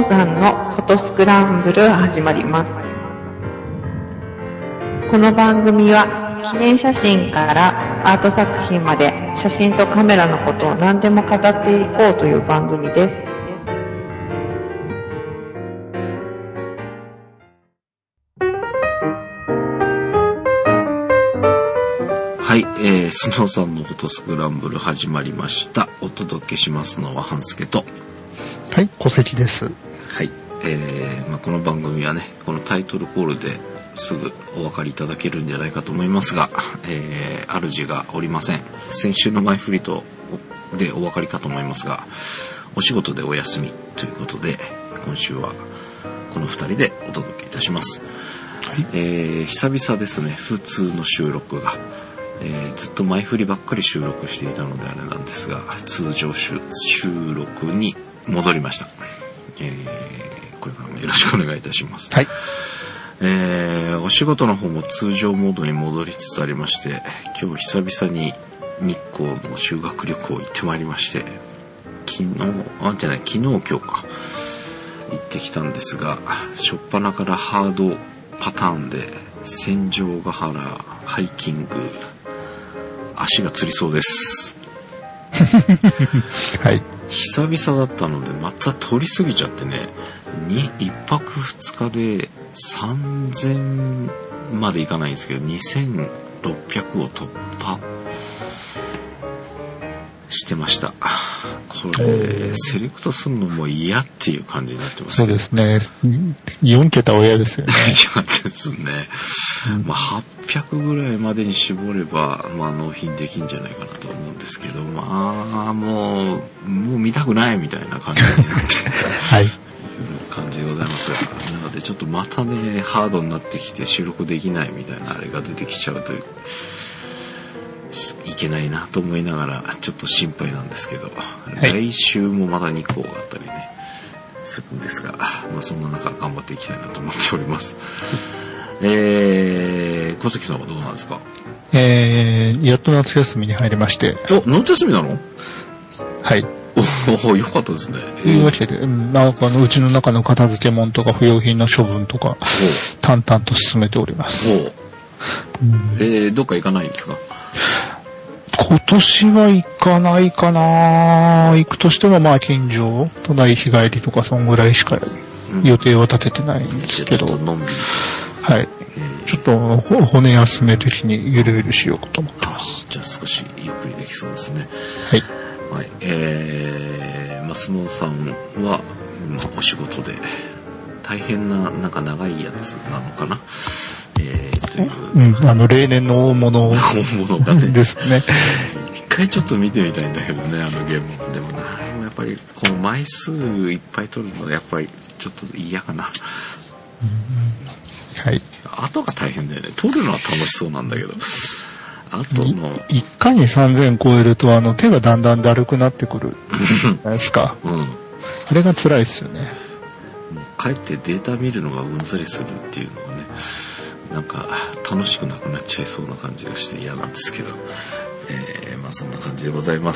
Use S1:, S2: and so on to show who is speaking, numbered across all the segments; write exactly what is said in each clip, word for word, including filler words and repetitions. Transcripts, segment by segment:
S1: さんのフォトスクランブル始まります。この番組は記念写真からアート作品まで写真とカメラのことを何でも語っていこうという番組です。
S2: はい、えー、スノーさんのフォトスクランブル始まりました。お届けしますのは半助と、
S3: はい、小関です。
S2: はい、えーまあ、この番組はね、このタイトルコールですぐお分かりいただけるんじゃないかと思いますが、えー、主がおりません。先週の前振りとでお分かりかと思いますが、お仕事でお休みということで、今週はこのふたりでお届けいたします。はい、えー、久々ですね、普通の収録が。えー、ずっと前振りばっかり収録していたのであれなんですが、通常収録に戻りました。えー、これからもよろしくお願いいたします。
S3: はい。
S2: えー、お仕事の方も通常モードに戻りつつありまして、今日久々に日光の修学旅行行ってまいりまして、昨日、あ、じゃない、昨日今日か、行ってきたんですが、初っ端からハードパターンで、戦場ヶ原、ハイキング、足がつりそうです。はい。久々だったのでまた取りすぎちゃってね、にいっぱくふつかでさんぜんまでいかないんですけどにせんろっぴゃくを突破してました。これセレクトするのも嫌っていう感じになってます。
S3: そうですね。よんけたは嫌ですよね。
S2: 嫌ですね。うん、まあはっぴゃくぐらいまでに絞れば、まあ、納品できんじゃないかなと思うんですけど、まあもうもう見たくないみたいな感じになってはい感じでございますが、なのでちょっとまたねハードになってきて収録できないみたいなあれが出てきちゃうという。いけないなと思いながらちょっと心配なんですけど、はい、来週もまだ日光があったりねするんですが、まあ、そんな中頑張っていきたいなと思っております。えー、小関さんはどうなんですか？
S3: えー、やっと夏休みに入りまして。
S2: お、夏休みなの？
S3: はい。
S2: おお、よかったですね。
S3: というわけで、なんかあのうちの中の片付け物とか不要品の処分とか淡々と進めております。お、うん、
S2: えー、どっか行かないんですか？
S3: 今年は行かないかな。行くとしてもまあ近所、都内日帰りとかそんぐらいしか予定は立ててないんですけど、うん、はい、ちょっと骨休め的にゆるゆるしようかと思ってます。
S2: じゃあ少しゆっくりできそうですね。
S3: はい。
S2: はい、えー、マスノさんは、まあ、お仕事で大変ななんか長いやつなのかな。えー、という、
S3: うん、あの例年の大物
S2: 大物がね
S3: ですね。
S2: 一回ちょっと見てみたいんだけどね、あのゲームでもな、やっぱりこの枚数いっぱい取るのはやっぱりちょっと嫌かな。
S3: うん、はい。
S2: 後が大変だよね。取るのは楽しそうなんだけど、後の
S3: 一回にさんぜん超えるとあの手がだんだんだるくなってくるじゃないですか。うん。あれが辛いですよね。
S2: もう帰ってデータ見るのがうんざりするっていうのがね。なんか楽しくなくなっちゃいそうな感じがして嫌なんですけど、えー、まあそんな感じでございます。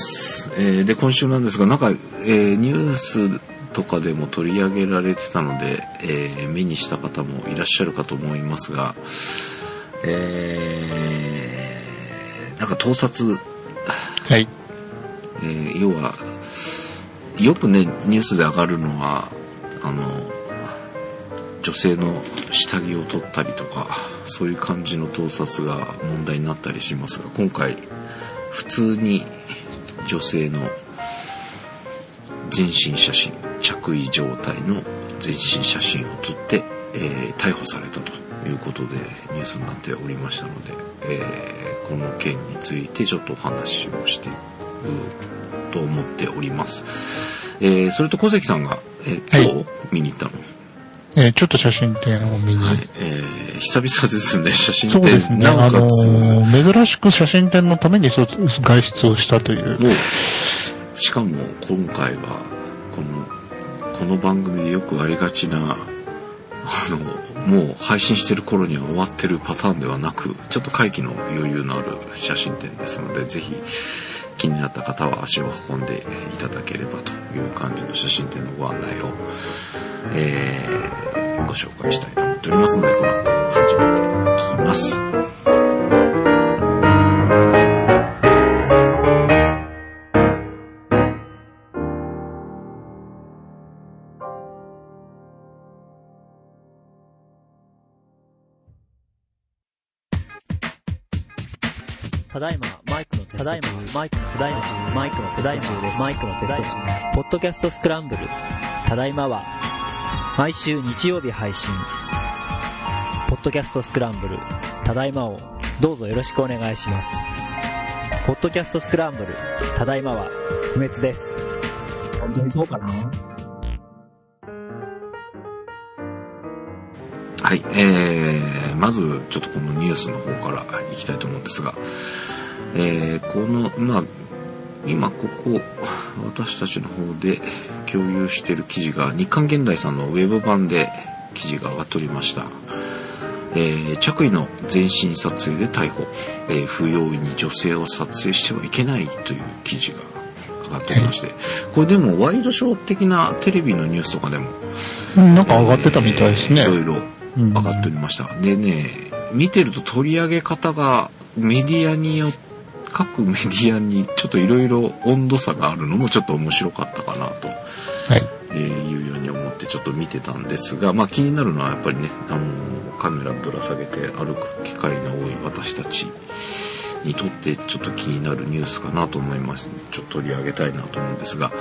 S2: えー、で今週なんですが、なんか、えー、ニュースとかでも取り上げられてたので、えー、目にした方もいらっしゃるかと思いますが、えー、なんか盗撮、
S3: はい、
S2: えー、要はよくねニュースで上がるのはあの女性の下着を取ったりとかそういう感じの盗撮が問題になったりしますが、今回普通に女性の全身写真、着衣状態の全身写真を撮って、えー、逮捕されたということでニュースになっておりましたので、えー、この件についてちょっとお話をしていくと思っております。えー、それと小関さんが、えー、今日、はい、見に行ったの？
S3: えー、ちょっと写真展を見に、はい、
S2: えー、久々ですね、写真展。
S3: そうですね、あのー、珍しく写真展のために外出をしたという。
S2: しかも今回はこのこの番組でよくありがちなあのもう配信してる頃には終わってるパターンではなく、ちょっと会期の余裕のある写真展ですので、ぜひ気になった方は足を運んでいただければという感じの写真展のご案内をえー、ご紹介したいと思っておりますので、この後始めていきます。
S4: ただいまマイクのテスト中。ただいまマイクのただいまマイクのただいまマイクのテスト中。ポッドキャストスクランブル。ただいまは毎週日曜日配信。ポッドキャストスクランブル。ただいまをどうぞよろしくお願いします。ポッドキャストスクランブル。ただいまは不滅です。本当にそうかな。
S2: はい、えー、まずちょっとこのニュースの方からいきたいと思うんですが、えー、この、まあ、今ここ私たちの方で共有している記事が日刊現代さんのウェブ版で記事が上がっておりました。えー、着衣の全身撮影で逮捕、えー、不用意に女性を撮影してはいけないという記事が上がっておりまして、これでもワイドショー的なテレビのニュースとかでも
S3: なんか上がってたみたいですね。
S2: いろいろ上がっておりました。うん、でね、見てると取り上げ方がメディアによって各メディアにちょっといろいろ温度差があるのもちょっと面白かったかなと、はいえー、いうように思ってちょっと見てたんですが、まあ気になるのはやっぱりね、あのカメラぶら下げて歩く機会の多い私たちにとってちょっと気になるニュースかなと思います。ちょっと取り上げたいなと思うんですが、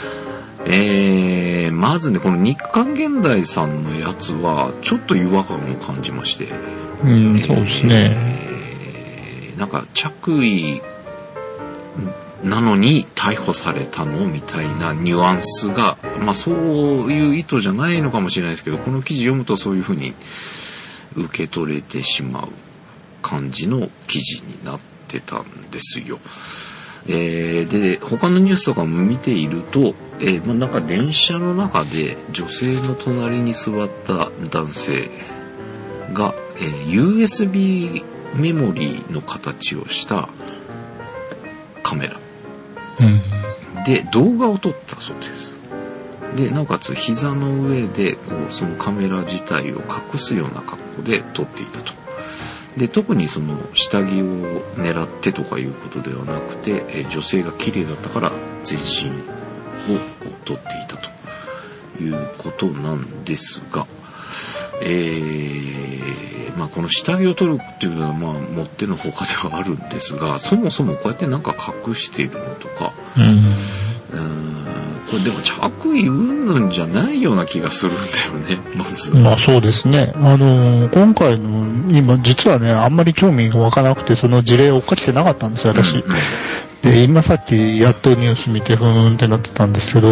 S2: えー、まずね、この日刊現代さんのやつはちょっと違和感を感じまして、
S3: うん、そうですね。
S2: えーなんか着衣なのに逮捕されたのみたいなニュアンスが、まあそういう意図じゃないのかもしれないですけど、この記事読むとそういうふうに受け取れてしまう感じの記事になってたんですよ。えー、で他のニュースとかも見ていると、えーまあ、なんか電車の中で女性の隣に座った男性が、えー、ユーエスビーメモリーの形をしたカメラ、うん、で動画を撮ったそうです。でなおかつ膝の上でこうそのカメラ自体を隠すような格好で撮っていたと。で特にその下着を狙ってとかいうことではなくて、えー、女性が綺麗だったから全身を撮っていたということなんですが、えー、まあこの下着を取るっていうのはまあもってのほかではあるんですが、そもそもこうやってなんか隠しているのとか、うん、うーんこれでも着衣うんぬんじゃないような気がするんだよね、まず。
S3: まあそうですね。あのー、今回の今実はねあんまり興味が湧かなくてその事例を追っかけてなかったんですよ私。うんうん、で今さっきやっとニュース見てふーんってなってたんですけど、うん、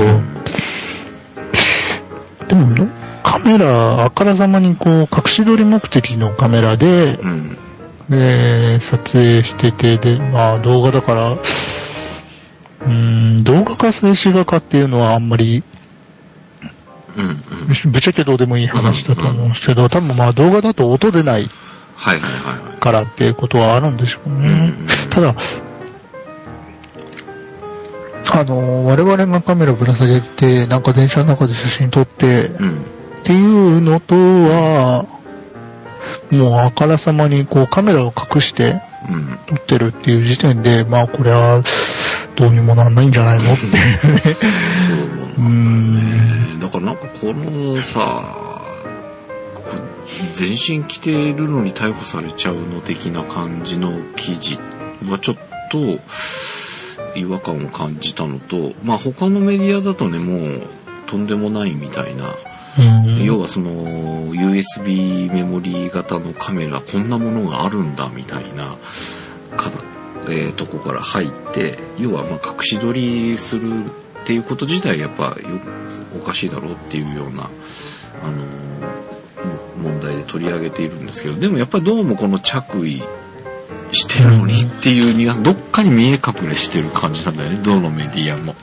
S3: でもカメラあからさまにこう隠し撮り目的のカメラで、うん、で撮影してて、でまあ動画だからうーん動画か静止画かっていうのはあんまり、うんうん、ぶっちゃけどうでもいい話だと思うんですけど、多分まあ動画だと音出ないからっていうことはあるんでしょうね。うんうん、ただあの我々がカメラぶら下げてなんか電車の中で写真撮って、うんっていうのとはもうあからさまにこうカメラを隠して撮ってるっていう時点で、うん、まあこれはどうにもなんないんじゃないのって
S2: そうなんだね。だからなんかこのさ全身着ているのに逮捕されちゃうの的な感じの記事はちょっと違和感を感じたのと、まあ他のメディアだとねもうとんでもないみたいな、うん、要はその ユーエスビー メモリー型のカメラこんなものがあるんだみたいなか、えー、とこから入って、要はまあ隠し撮りするっていうこと自体やっぱよおかしいだろうっていうような、あのー、問題で取り上げているんですけど、でもやっぱりどうもこの着衣してるのにっていうニュアンスどっかに見え隠れしてる感じなんだよね、どのメディアも。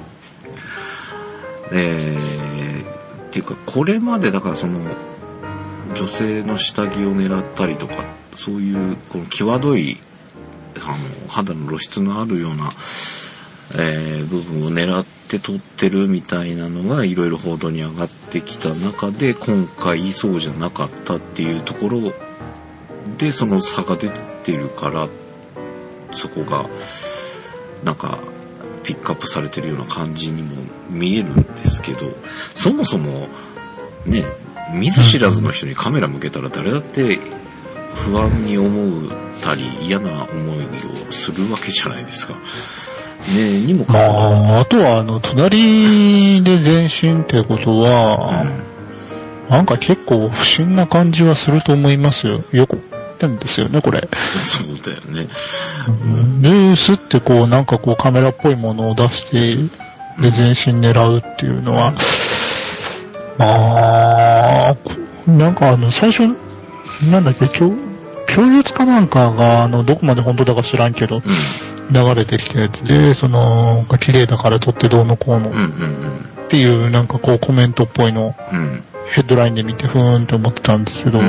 S2: えーっていうかこれまでだからその女性の下着を狙ったりとかそういうこの際どいあの肌の露出のあるような、えー、部分を狙って撮ってるみたいなのがいろいろ報道に上がっってきた中で今回そうじゃなかったっていうところでその差が出てるからそこがなんかピックアップされてるような感じにも見えるんですけど、そもそもね見ず知らずの人にカメラ向けたら誰だって不安に思ったり嫌な思いをするわけじゃないですか。ねえにもかかわらず。
S3: まあ、あとはあの隣で前進ってことは、うん、なんか結構不審な感じはすると思いますよ。よく言ってんですよねこれ。
S2: そうだよね。
S3: で、スってこうなんかこうカメラっぽいものを出してで前進狙うっていうのは、うん、まあなんかあの最初なんだっけ供述かなんかがあのどこまで本当だか知らんけど。うん流れてきたやつで、その、綺麗だから撮ってどうのこうのっていうなんかこうコメントっぽいのをヘッドラインで見てふーんって思ってたんですけど、うん、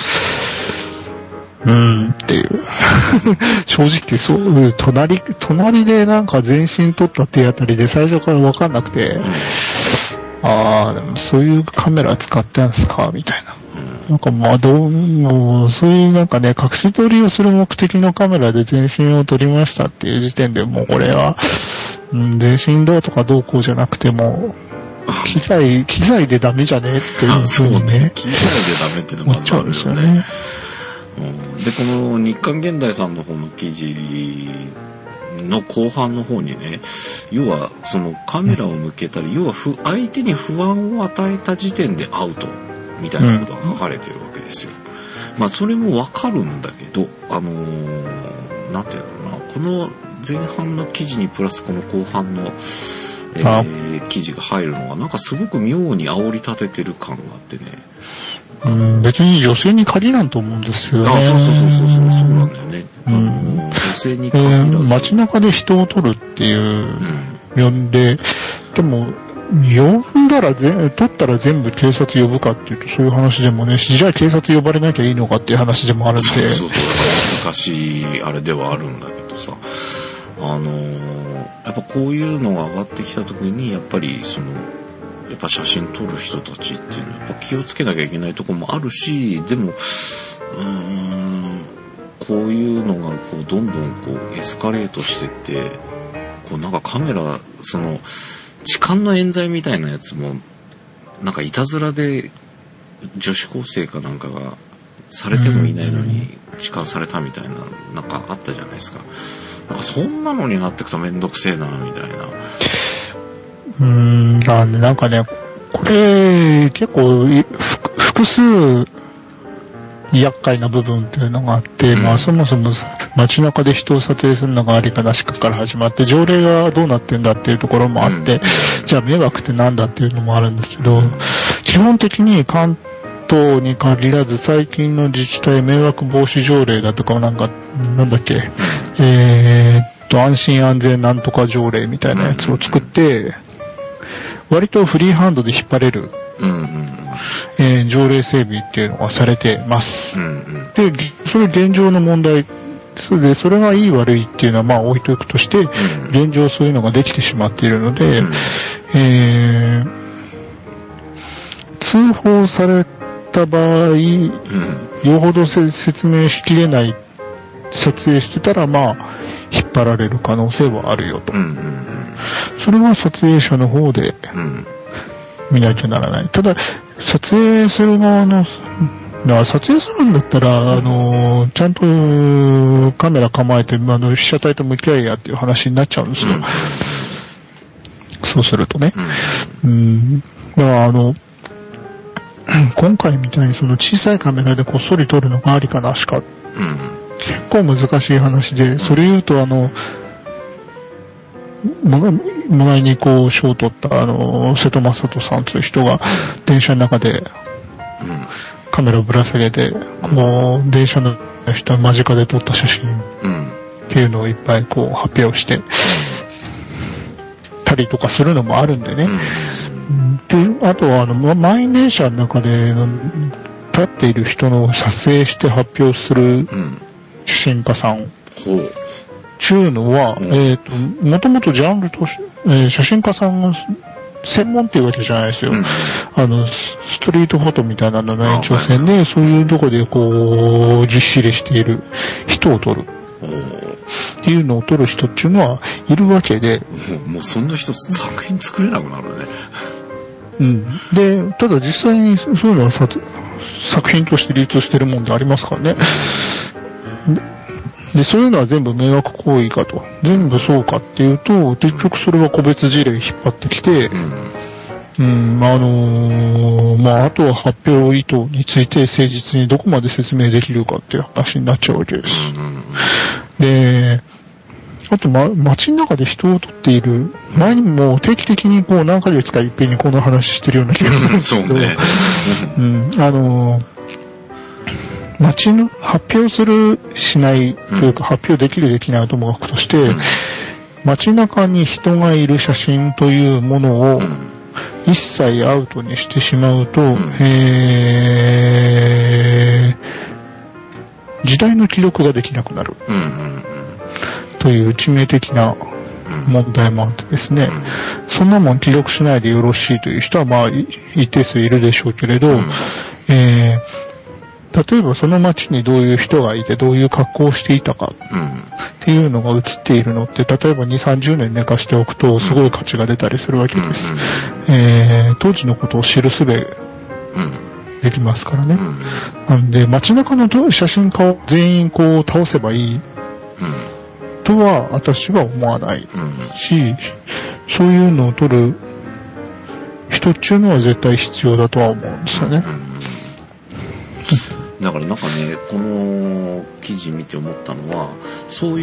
S3: うーんっていう。正直そう、隣、隣でなんか全身撮ったっていうあたりで最初からわかんなくて、うん、ああ、でもそういうカメラ使ってんすかみたいな。なんかまあどうも、そういうなんかね、隠し撮りをする目的のカメラで全身を撮りましたっていう時点でもうこれは、うん、全身どうとかどうこうじゃなくても、機材、機材でダメじゃねっていうふうにね。
S2: ね機材でダメっていうのもまずあるよね。ねうん、で、この日刊現代さんの方の記事の後半の方にね、要はそのカメラを向けたり、要は不相手に不安を与えた時点でアウト。みたいなことが書かれてるわけですよ。うん、まあそれもわかるんだけど、あのー、なんていうのかな、この前半の記事にプラスこの後半の、えー、記事が入るのはなんかすごく妙に煽り立ててる感があってね。
S3: うん、別に女性に限らんと思うんですよね。
S2: あ、そうそうそうそうそうそうなんだよね。うん、女性に限らず、えー、
S3: 街中で人を撮るっていう、うん、呼んで、でも呼んだらぜ、取ったら全部警察呼ぶかっていうとそういう話でもね、じゃあ警察呼ばれなきゃいいのかっていう話でもあるんで。そう
S2: そうそう、難しいあれではあるんだけどさ、あのー、やっぱこういうのが上がってきた時にやっぱりそのやっぱ写真撮る人たちっていうのはやっぱ気をつけなきゃいけないところもあるし、でもうーんこういうのがこうどんどんこうエスカレートしてってこうなんかカメラその痴漢の冤罪みたいなやつもなんかいたずらで女子高生かなんかがされてもいないのに痴漢されたみたいななんかあったじゃないですか。なんかそんなのになってくとめんどくせえなみたいな。
S3: うーんだね、なんかねこれ結構複数厄介な部分っていうのがあって、うん、まあそもそも街中で人を撮影するのがありかなしかから始まって条例がどうなってんだっていうところもあって、うん、じゃあ迷惑ってなんだっていうのもあるんですけど、うん、基本的に関東に限らず最近の自治体迷惑防止条例だとかなんかなんだっけ、うん、えー、っと安心安全なんとか条例みたいなやつを作って割とフリーハンドで引っ張れる、うんうんえー、条例整備っていうのがされてます、うんうん、でそれ現状の問題それでそれがいい悪いっていうのはまあ置いとくとして、うん、現状そういうのができてしまっているので、うん、えー、通報された場合、うん、よほど説明しきれない撮影してたらまあ引っ張られる可能性はあるよと、うんうんうん、それは撮影者の方で見なきゃならない。ただ撮影する側の撮影するんだったら、あのちゃんとカメラ構えてあの被写体と向き合いやっていう話になっちゃうんですよ、うん、そうするとね、うん、だからあの今回みたいにその小さいカメラでこっそり撮るのがありかなしか、うん、結構難しい話で、それ言うとあの前にこう賞を取ったあの瀬戸正人さんという人が電車の中でカメラをぶら下げてこう電車の人間近で撮った写真っていうのをいっぱいこう発表してたりとかするのもあるんでね。であとはあの満員電車の中で立っている人の撮影して発表する写真家さんちゅうのは、うん、えっと、もともとジャンルとして、えー、写真家さんが専門っていうわけじゃないですよ。
S2: うん、
S3: あの、ストリートフォトみたいなのの延長線で、そういうとこでこう、実施でしている人を撮る。っていうのを撮る人っていうのはいるわけで。
S2: もう、もうそんな人作品作れなくなるね。
S3: うん。で、ただ実際にそういうのはさ作品として流通してるもんでありますからね。で、そういうのは全部迷惑行為かと。全部そうかっていうと、結局それは個別事例引っ張ってきて、うん、うん、あのー、まあ、あとは発表意図について誠実にどこまで説明できるかっていう話になっちゃうわけです。うん、で、あと、ま、街の中で人を撮っている、前にも定期的にこう何ヶ月か一遍にこの話してるような気がするんですけど、そうね。うん、あのー、街の発表するしないというか、うん、発表できるできないともかくとして、うん、街中に人がいる写真というものを一切アウトにしてしまうと、うん、えー、時代の記録ができなくなる、うんうんうん、という致命的な問題もあってですね、うん、そんなもん記録しないでよろしいという人はまあ一定数いるでしょうけれど、うん、えー例えばその街にどういう人がいてどういう格好をしていたかっていうのが映っているのって、例えばに、さんじゅうねん寝かしておくとすごい価値が出たりするわけです。えー、当時のことを知る術できますからね。なんで街中の写真家を全員こう倒せばいいとは私は思わないし、そういうのを撮る人っていうのは絶対必要だとは思うんですよね。
S2: だからなんかね、この記事見て思ったのは、そういう、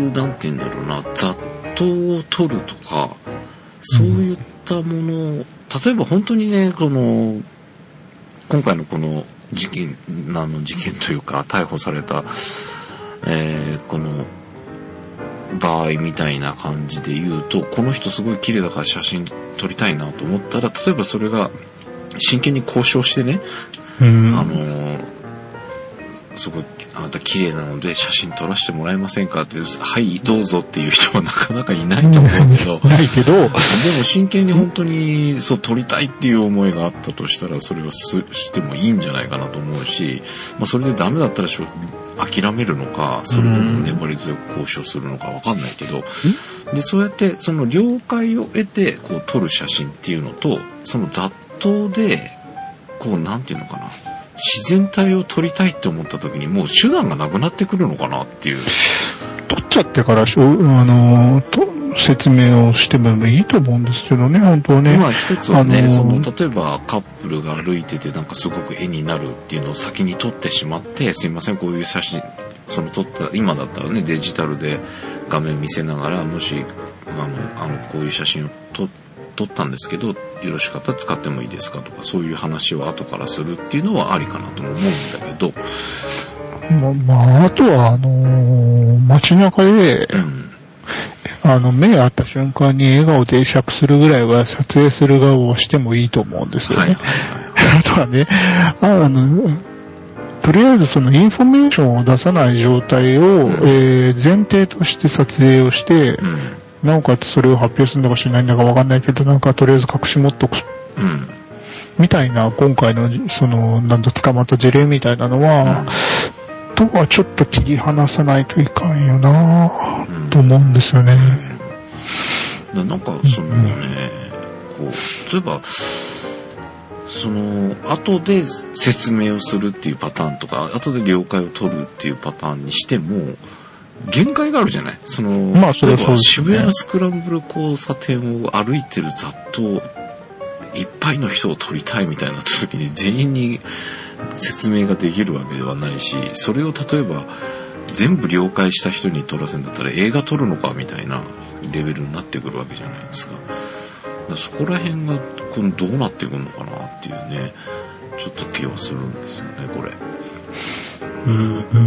S2: なんて言うんだろうな、雑踏を取るとか、そういったもの、うん、例えば本当にね、この、今回のこの事件、あの事件というか、逮捕された、えー、この、場合みたいな感じで言うと、この人すごい綺麗だから写真撮りたいなと思ったら、例えばそれが真剣に交渉してね、うん、あのすごいあなた綺麗なので写真撮らせてもらえませんかって、はいどうぞっていう人はなかなかいないと思うけど
S3: ないけどでも
S2: 真剣に本当にそう撮りたいっていう思いがあったとしたら、それはすしてもいいんじゃないかなと思うし、まあ、それでダメだったらしょ諦めるのか、それとも粘り強く交渉するのかわかんないけど、でそうやってその了解を得てこう撮る写真っていうのと、その雑踏でこうなんていうのかな、自然体を撮りたいって思った時にもう手段がなくなってくるのかなっていう。
S3: 撮っちゃってからしょ、あのと説明をしてもいいと思うんですけどね、本当はね。
S2: まあ一つはね、あのー、その例えばカップルが歩いててなんかすごく絵になるっていうのを先に撮ってしまって、すいませんこういう写真、その撮った今だったらねデジタルで画面見せながら、もしあのあのこういう写真を撮って撮ったんですけどよろしかったら使ってもいいですかとか、そういう話を後からするっていうのはありかなとも思うんだけど、
S3: ま、まああとはあのー、街中で、うん、あの目合った瞬間に笑顔で会釈するぐらいは撮影する側をしてもいいと思うんですよね。はいはいはい、あとはね、あのとりあえずそのインフォメーションを出さない状態を、うん、えー、前提として撮影をして、うん、なおかつそれを発表するのかしないんだかわかんないけど、なんかとりあえず隠し持っとく、うん、みたいな今回のそのなんだ捕まった事例みたいなのは、うん、とはちょっと切り離さないといかんよな、うん、と思うんですよね。
S2: うん、なんかそのね、うん、こう例えばその後で説明をするっていうパターンとか、後で了解を取るっていうパターンにしても限界があるじゃない。その、まあ、それはそうですね。渋谷のスクランブル交差点を歩いてる雑踏いっぱいの人を撮りたいみたいな時に全員に説明ができるわけではないし、それを例えば全部了解した人に撮らせるんだったら映画撮るのかみたいなレベルになってくるわけじゃないですか。だからそこら辺がこのどうなってくるのかなっていうね、ちょっと気はするんですよねこれ。
S3: うん、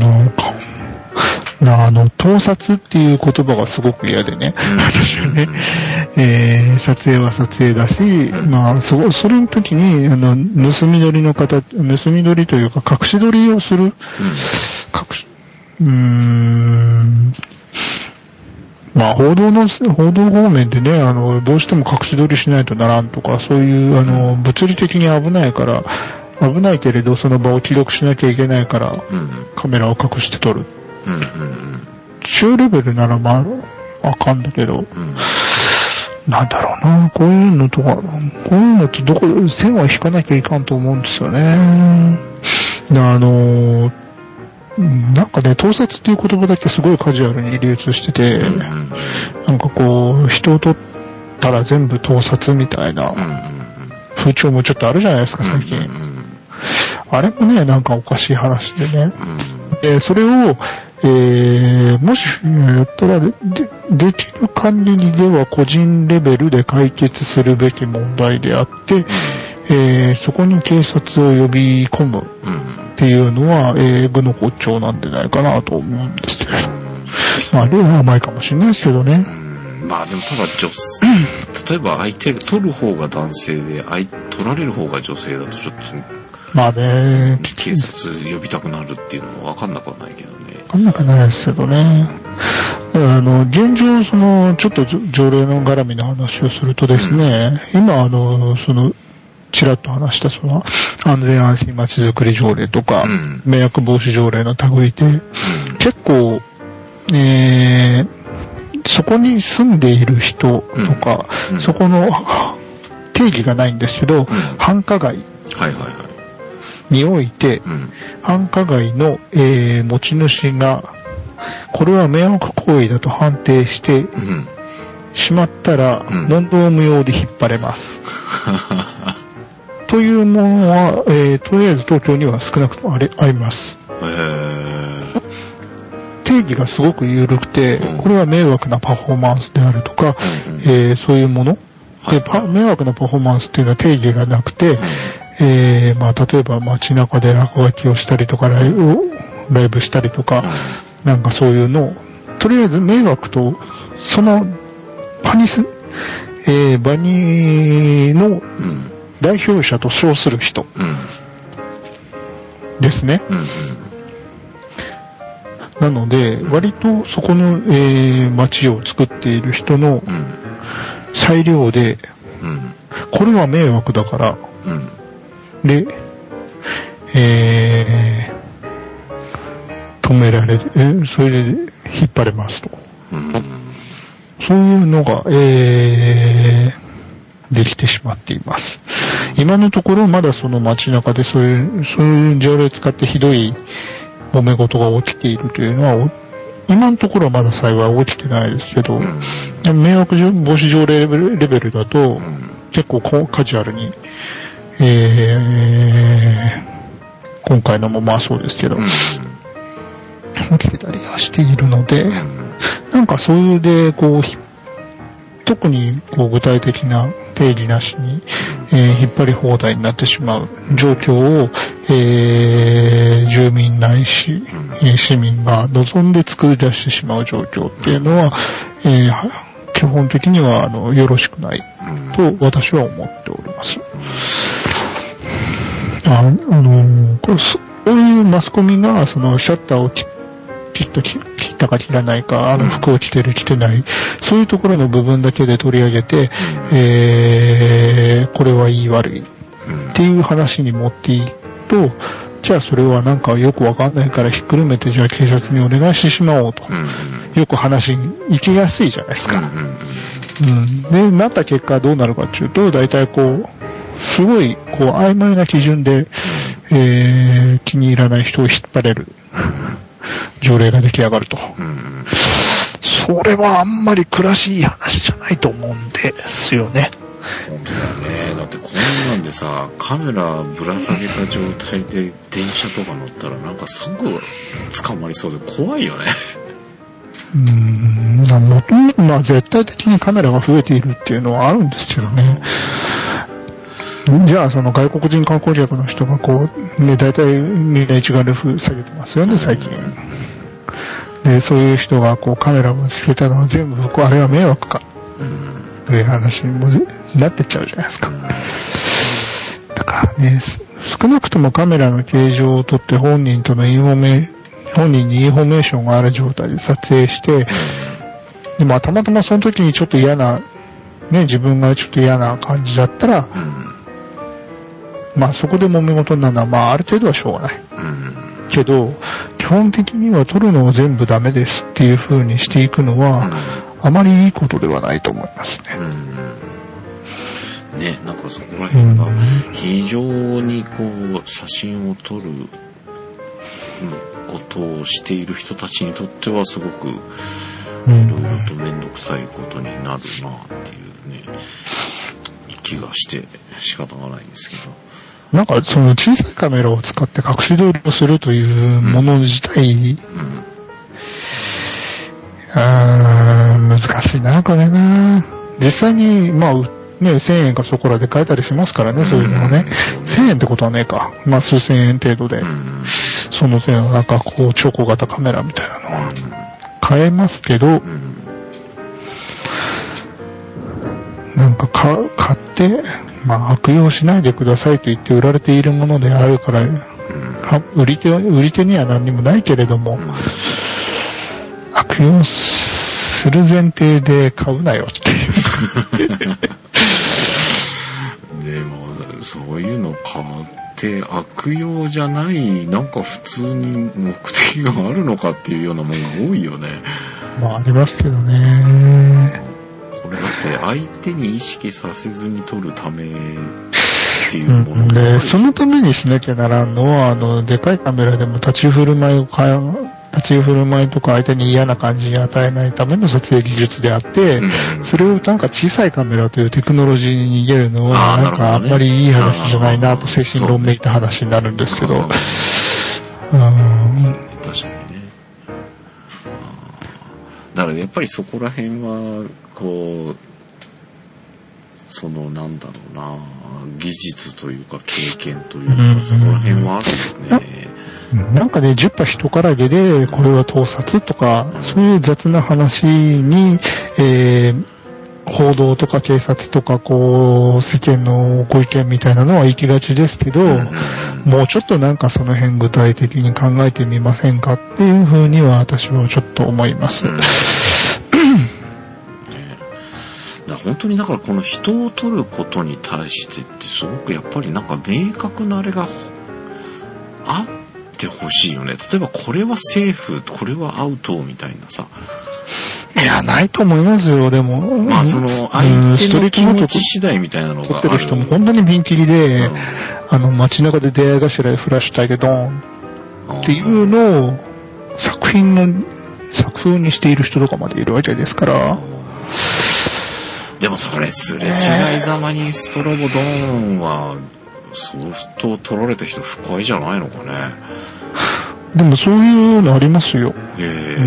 S3: なんかあの盗撮っていう言葉がすごく嫌でね、私はね、えー、撮影は撮影だし、うん、まあそそれの時にあの盗み撮りの方、盗み撮りというか隠し撮りをする、うん、隠しうーんまあ、報道の、報道方面でね、あの、どうしても隠し撮りしないとならんとか、そういう、あの、物理的に危ないから、危ないけれど、その場を記録しなきゃいけないから、うん、カメラを隠して撮る。うんうんうん、中レベルならまあ、あかんだけど、うん、なんだろうな、こういうのとか、こういうのとどこ、線は引かなきゃいかんと思うんですよね。あの、なんかね、盗撮っていう言葉だけすごいカジュアルに流通してて、うん、なんかこう、人を撮ったら全部盗撮みたいな風潮もちょっとあるじゃないですか、最近。あれもね、なんかおかしい話でね。で、それを、えー、もしやったらで、できる限りでは個人レベルで解決するべき問題であって、えー、そこに警察を呼び込むっていうのは、えー、部の骨頂なんでないかなと思うんですけど。まあ、例は甘いかもしれないですけどね。
S2: まあでもただ女性、例えば相手、取る方が男性で、取られる方が女性だとちょっと、
S3: まあね、
S2: 警察呼びたくなるっていうのも分かんなくはないけどね。
S3: 分かんなくはないですけどね。あの、現状、その、ちょっと条例の絡みの話をするとですね、うん、今、あの、その、ちらっと話したその、安全安心街づくり条例とか、うん、迷惑防止条例の類で、うん、結構、えー、そこに住んでいる人とか、うんうん、そこの定義がないんですけど、うん、繁華街。はいはいはい。において、うん、繁華街の、えー、持ち主が、これは迷惑行為だと判定して、うん、しまったら、うん、問答無用で引っ張れます。というものは、えー、とりあえず東京には少なくともあり、あります。へー。定義がすごく緩くて、うん、これは迷惑なパフォーマンスであるとか、うんうん、えー、そういうもの、はい、でパ。迷惑なパフォーマンスっていうのは定義がなくて、うんえー、まあ、例えば街中で落書きをしたりとか、ライブを、ライブしたりとか、なんかそういうのを、とりあえず迷惑と、その、場にす、えー、場にの代表者と称する人、ですね。うんうん、なので、割とそこの、えー、街を作っている人の裁量で、うん、これは迷惑だから、うんで、えー、止められる、えそれで引っ張れますと。うん、そういうのが、えー、できてしまっています。今のところまだその街中でそういう、そういう条例を使ってひどい揉め事が起きているというのは、今のところはまだ幸い起きてないですけど、うん、迷惑防止条例レベルだと、うん、結構カジュアルに、えー、今回のもまあそうですけど、うん、起きてたりはしているので、うん、なんかそういうで、こう、特にこう具体的な定義なしに、えー、引っ張り放題になってしまう状況を、えー、住民ないし、うん、市民が望んで作り出してしまう状況っていうのは、えー、基本的にはあのよろしくないと私は思っております。あ、あのこれそういうマスコミがそのシャッターを切った切ったか切らないか、あの服を着てる着てない、そういうところの部分だけで取り上げて、えー、これはいい悪いっていう話に持っていくと、じゃあそれはなんかよくわかんないからひっくるめてじゃあ警察にお願いしてしまおうと、よく話に行きやすいじゃないですか。うん、で、なった結果どうなるかっていうと、大体こう、すごいこう曖昧な基準で、えー、気に入らない人を引っ張れる条例が出来上がると。それはあんまり暮らしいい話じゃないと思うんですよね。
S2: 本当だよね。だってこんなんでさ、カメラぶら下げた状態で電車とか乗ったらなんかすぐ捕まりそうで怖いよね。
S3: うーん、なのまあ絶対的にカメラが増えているっていうのはあるんですけどね。じゃあその外国人観光客の人がこう、ね、大体みんな一眼レフ下げてますよね、最近。で、そういう人がこうカメラをつけたのは全部こうあれは迷惑か。という話にもなってっちゃうじゃないですか。だからね、少なくともカメラの形状をとって本人とのインフォメ、本人にインフォメーションがある状態で撮影して、 でまあたまたまその時にちょっと嫌なね自分がちょっと嫌な感じだったら、うん、まあそこで揉め事になるのはまあある程度はしょうがない、うん、けど基本的には取るのは全部ダメですっていう風にしていくのは、うん、あまりいいことではないと思いますね、
S2: うん、ね、なんかそこら辺が非常にこう写真を撮ることをしている人たちにとってはすごくいろいろと面倒くさいことになるなっていうね気がして仕方がないんですけど、
S3: なんかその小さいカメラを使って隠し撮りをするというもの自体、うんうん、あー難しいなこれな。実際にまあねせんえんかそこらで買えたりしますからね、そういうのもね、うん、せんえんってことはねえか、まあ数千円程度で、うん、その点なんかこう超小型カメラみたいなのは買えますけど、うん、なんか買買ってまあ悪用しないでくださいと言って売られているものであるから、うん、売り手は売り手には何にもないけれども、うん、悪用する前提で買うなよっていう
S2: でもそういうの買って悪用じゃないなんか普通に目的があるのかっていうようなものが多いよね。
S3: まあありますけどね。
S2: これだって相手に意識させずに撮るためっていうもの、うん、
S3: でそのためにしなきゃならんのはあのでかいカメラでも立ち振る舞いを変え立ち振る舞いとか相手に嫌な感じに与えないための撮影技術であって、うん、それをなんか小さいカメラというテクノロジーに逃げるのはなんかあんまりいい話じゃないなと精神論めいた話になるんですけど、うん、
S2: 確かにね。だからやっぱりそこら辺はこうそのなんだろうな技術というか経験というか、うん、そこら辺はあるよね。
S3: なんかね、じゅっぱ人からげで、これは盗撮とか、そういう雑な話に、えー、報道とか警察とか、こう、世間のご意見みたいなのは行きがちですけど、もうちょっとなんかその辺具体的に考えてみませんかっていうふうには私はちょっと思います。
S2: だ本当にだからこの人を撮ることに対してってすごくやっぱりなんか明確なあれがあってほしいよね。例えばこれはセーフ、これはアウトみたいなさ。
S3: いやないと思いますよ。でも
S2: まあその相手の気持ち次第みたいなのがある。
S3: 撮ってる人も本当にピンキリで、うん、あの街中で出会い頭でフラッシュ焚いてドーンっていうのを作品の作風にしている人とかまでいるわけですから。
S2: でもそれすれ違いざまにストロボドーンはソフトを取られた人不快じゃないのかね。
S3: でもそういうのありますよ。
S2: へー、うん、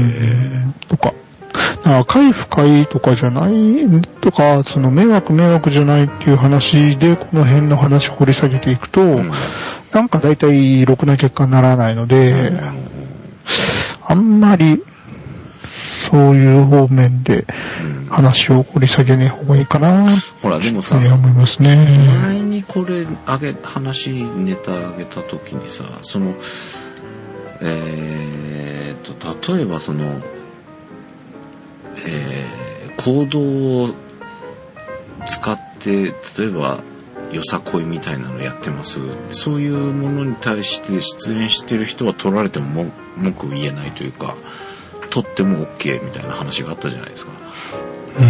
S3: とか快不快とかじゃないとか、その迷惑迷惑じゃないっていう話でこの辺の話を掘り下げていくと、うん、なんか大体ろくな結果にならないので、うん、あんまりそういう方面で話を掘り下げない方がいいかな、うん、ほらでもさ、思いますね。
S2: 前にこれあげ話ネタあげた時にさ、そのえー、っと例えばその、えー、行動を使って例えばよさこいみたいなのやってます。そういうものに対して出演してる人は取られても文句言えないというか。とっても OK みたいな話があったじゃないですか。
S3: うん、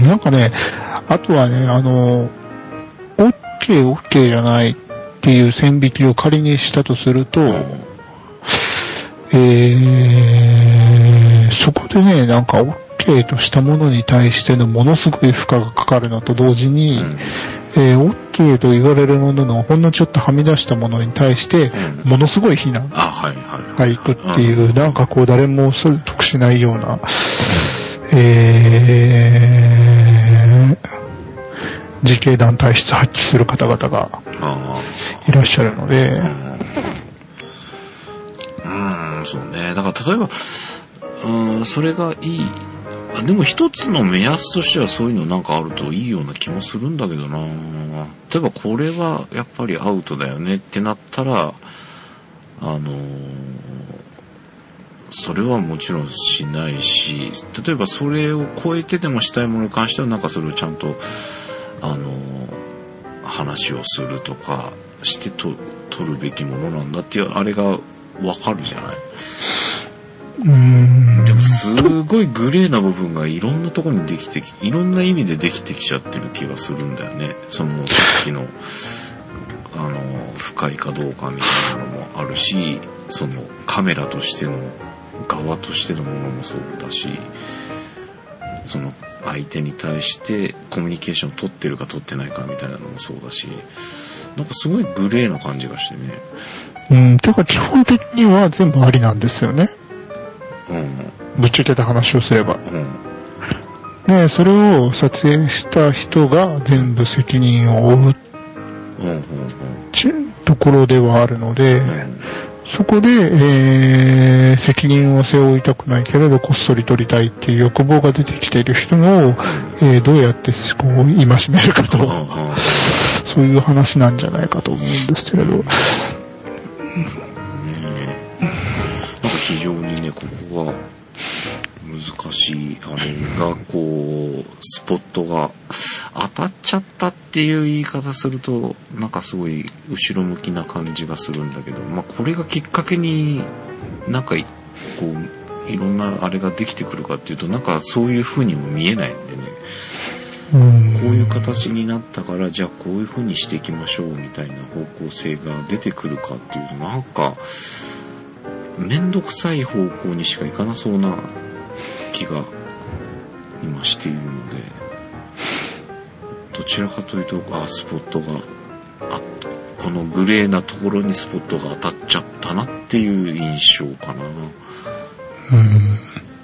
S3: なんかね、あとはね、あの、OK、OK じゃないっていう線引きを仮にしたとすると、うん、えー、そこでね、なんか OK としたものに対してのものすごい負荷がかかるのと同時に、うんえー、OK と言われるもののほんのちょっとはみ出したものに対してものすごい非難がいくっていう、なんかこう誰も得しないような、えー、自警団体質発揮する方々がいらっしゃるので、
S2: うん、そうね。だから例えば、うん、それがいい。でも一つの目安としてはそういうのなんかあるといいような気もするんだけどな。例えばこれはやっぱりアウトだよねってなったら、あのー、 それはもちろんしないし、例えばそれを超えてでもしたいものに関してはなんかそれをちゃんとあの話をするとかしてと取るべきものなんだっていうあれがわかるじゃない。
S3: うーん、
S2: でもすごいグレーな部分がいろんなところにできてきいろんな意味でできてきちゃってる気がするんだよね。そのさっきのあの不快かどうかみたいなのもあるし、そのカメラとしての側としてのものもそうだし、その相手に対してコミュニケーションを取ってるか取ってないかみたいなのもそうだし、なんかすごいグレーな感じがしてね。
S3: うん、てか基本的には全部ありなんですよね。
S2: うん。
S3: ぶっちゃけた話をすれば。
S2: うん。
S3: で、それを撮影した人が全部責任を負う。うんうんうん。ちところではあるので、うん、そこで、えー、責任を背負いたくないけれどこっそり撮りたいっていう欲望が出てきている人の、えー、どうやってこう戒めるかと、うんうん、そういう話なんじゃないかと思うんですけれど、うん、なんか
S2: 非常にねここが難しいあれがこうスポットが当たっちゃったっていう言い方するとなんかすごい後ろ向きな感じがするんだけど、まあこれがきっかけになんかこういろんなあれができてくるかっていうとなんかそういう風にも見えないんでね、うんこういう形になったからじゃあこういう風にしていきましょうみたいな方向性が出てくるかっていうとなんかめんどくさい方向にしかいかなそうな気が今しているので、どちらかというとあスポットがあこのグレーなところにスポットが当たっちゃったなっていう印象かな。
S3: うん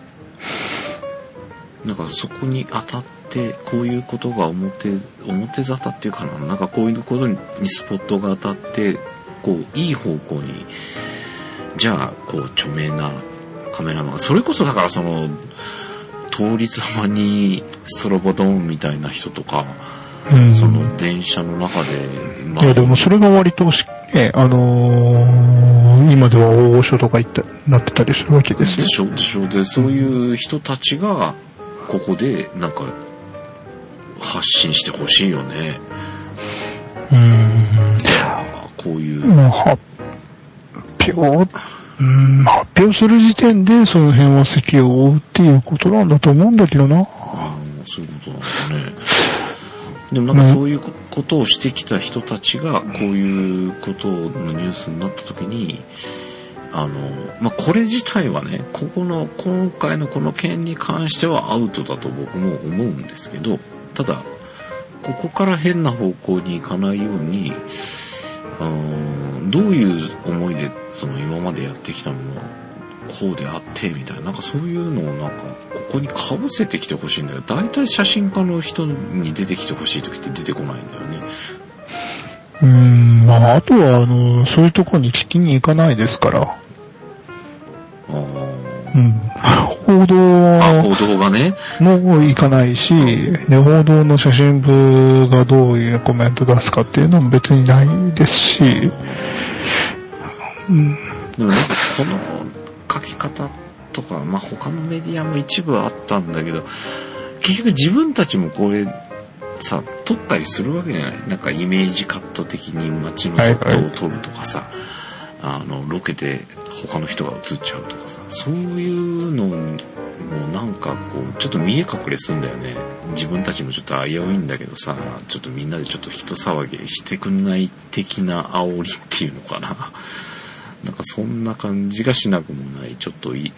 S2: なんかそこに当たってこういうことが表表沙汰っていうかな、なんかこういうことにスポットが当たってこういい方向にじゃあこう著名なカメラマンそれこそだからその通りざまにストロボドーンみたいな人とか、うん、その電車の中で、
S3: まあ、いやでもそれが割とねあのー、今では大御所とか言ったなってたりするわけですよ。
S2: でしょでしょでそういう人たちがここでなんか発信してほしいよね。
S3: うーん
S2: こういう、
S3: まあ、発表うん発表する時点でその辺は責を負うっていうことなんだと思うんだけどな。
S2: あそういうことなんだね。でもなんかそういうことをしてきた人たちがこういうことのニュースになった時にあの、まあ、これ自体はねここの今回のこの件に関してはアウトだと僕も思うんですけど、ただここから変な方向に行かないようにうんどういう思いでその今までやってきたものはこうであってみたいな、なんかそういうのをなんかここにかぶせてきてほしいんだよ。だいたい写真家の人に出てきてほしい時って出てこないんだよね。
S3: うーんまああとはあのそういうところに聞きに行かないですから。あ
S2: あ
S3: うん報道
S2: あ報道がね
S3: もう行かないし、で報道の写真部がどういうコメント出すかっていうのも別にないですし、
S2: うん、でもなんかこの書き方とか、まあ、他のメディアも一部あったんだけど結局自分たちもこれさ撮ったりするわけじゃない。なんかイメージカット的に街のカットを撮るとかさ、はいはい、あのロケで他の人が映っちゃうとかさ、そういうのもなんかこうちょっと見え隠れするんだよね。自分たちもちょっと危ういんだけどさ、ちょっとみんなでちょっと人騒ぎしてくんない的な煽りっていうのかな。なんかそんな感じがしなくもない、ちょっとい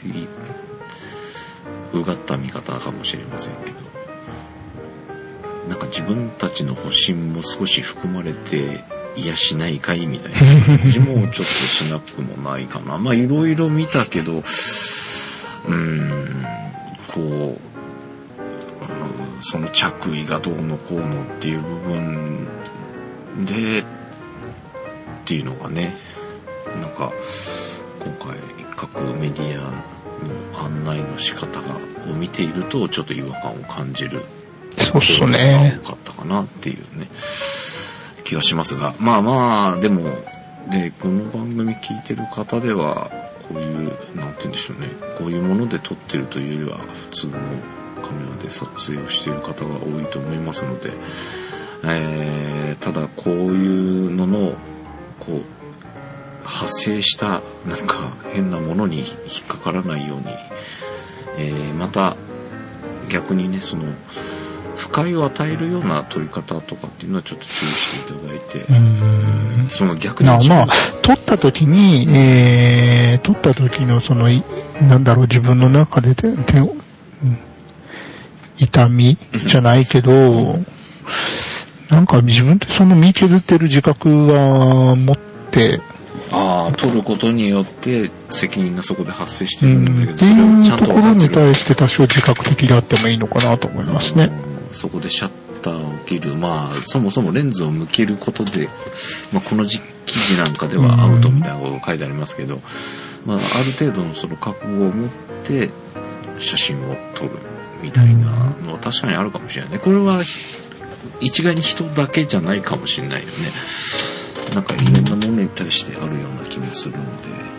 S2: いうがった見方かもしれませんけど、なんか自分たちの保身も少し含まれていやしないかいみたいな感じもちょっとしなくもないかな。まあいろいろ見たけどうーんこう、うん、その着衣がどうのこうのっていう部分でっていうのがね、なんか今回各メディアの案内の仕方がを見ているとちょっと違和感を感じる
S3: そうっすね
S2: 多かったかなっていうね気がしますが、まあまあでもでこの番組聞いてる方ではここういうなんて言うんでしょうね、こういうもので撮ってるというよりは普通のカメラで撮影をしている方が多いと思いますので、えー、ただこういうののこう派生したなんか変なものに引っかからないように、えー、また逆にねその不快を与えるような撮り方とかっていうのはちょっと注意していただいて、うーん、その逆に
S3: まあまあ撮った時に、えー、撮った時のそのなんだろう自分の中で手を痛みじゃないけどなんか自分でその身削ってる自覚は持って、
S2: ああ、撮ることによって責任がそこで発生してるんだけど、
S3: それをちゃんと分かってる。ところに対して多少自覚的であってもいいのかなと思いますね。
S2: そこでシャッターを切る、まあそもそもレンズを向けることで、まあこの記事なんかではアウトみたいなことが書いてありますけど、まあある程度のその覚悟を持って写真を撮るみたいなのは確かにあるかもしれないね。これは一概に人だけじゃないかもしれないよね。なんかいろんなものに対してあるような気もするので、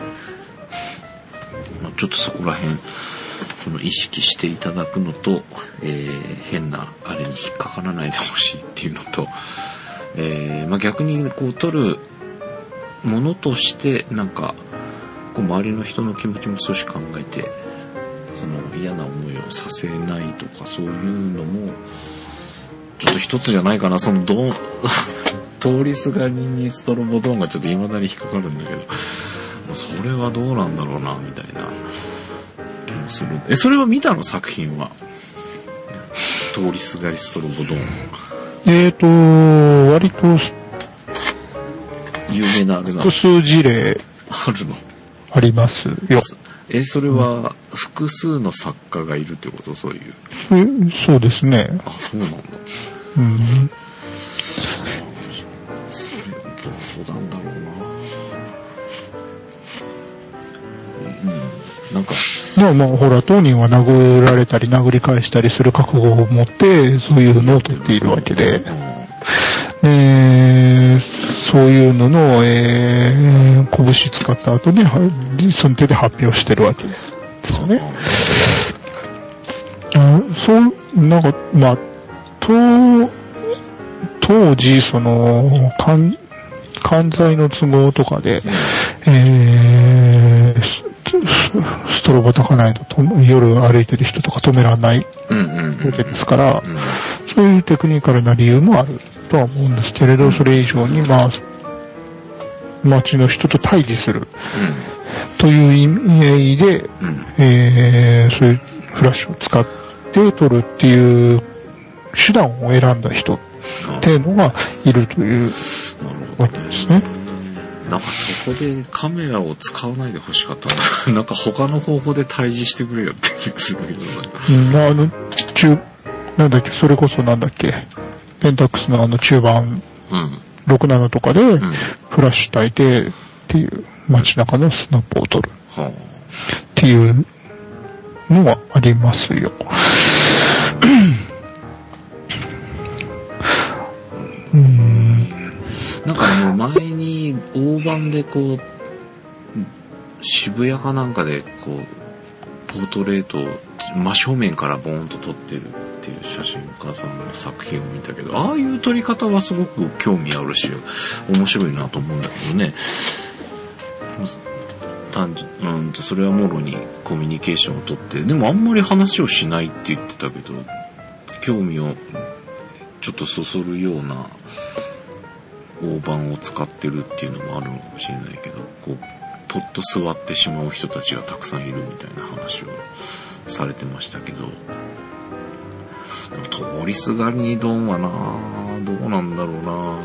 S2: まあ、ちょっとそこら辺その意識していただくのと、えー、変なあれに引っかからないでほしいっていうのと、えーまあ、逆にこう撮るものとしてなんかこう周りの人の気持ちも少し考えてその嫌な思いをさせないとかそういうのもちょっと一つじゃないかな。そのどう通りすがりにストロボドーンがちょっと未だに引っかかるんだけど、それはどうなんだろうなみたいな気もする。え、それは見たの作品は通りすがりストロボドーン。
S3: えーと割と
S2: 有名なあれなの。
S3: 複数事例
S2: あるの。
S3: ありますよ。
S2: え、それは複数の作家がいるってこと？そういう。
S3: え、そうですね。
S2: あ、そうなんだ。
S3: うん。
S2: それどうなんだろうな。うん。なんか。
S3: でもまあほら当人は殴られたり殴り返したりする覚悟を持ってそういうのを取っているわけで。えー、そういうのの、えー、拳使った後にその手で発表してるわけですよね。あそう、なんか、まあ、当、当時、その、関、関西の都合とかで、えー、ストロボ焚かないと夜歩いてる人とか止めらんないわけですから、そういうテクニカルな理由もあるとは思うんですけれど、それ以上にまあ街の人と対峙するという意味で、えー、そういうフラッシュを使って撮るっていう手段を選んだ人っていうのがいるというわけですね。
S2: なんかそこでカメラを使わないで欲しかったな。なんか他の方法で対峙してくれよって気がするけどね。
S3: うん、あの中なんだっけ、それこそなんだっけ、ペンタックスのあの中盤、うん、ろくじゅうななとかでフラッシュ焚いてっていう街中のスナップを撮るっていうのはありますよ。うん、
S2: なんかもう前に大判でこう渋谷かなんかでこうポートレートを真正面からボーンと撮ってるっていう写真家さんの作品を見たけど、ああいう撮り方はすごく興味あるし面白いなと思うんだけどね。単純うんとそれはもろにコミュニケーションをとって、でもあんまり話をしないって言ってたけど興味をちょっとそそるような大判を使ってるっていうのもあるのかもしれないけど、こうポッと座ってしまう人たちがたくさんいるみたいな話をされてましたけど、通りすがりにドンはなどうなんだろうな。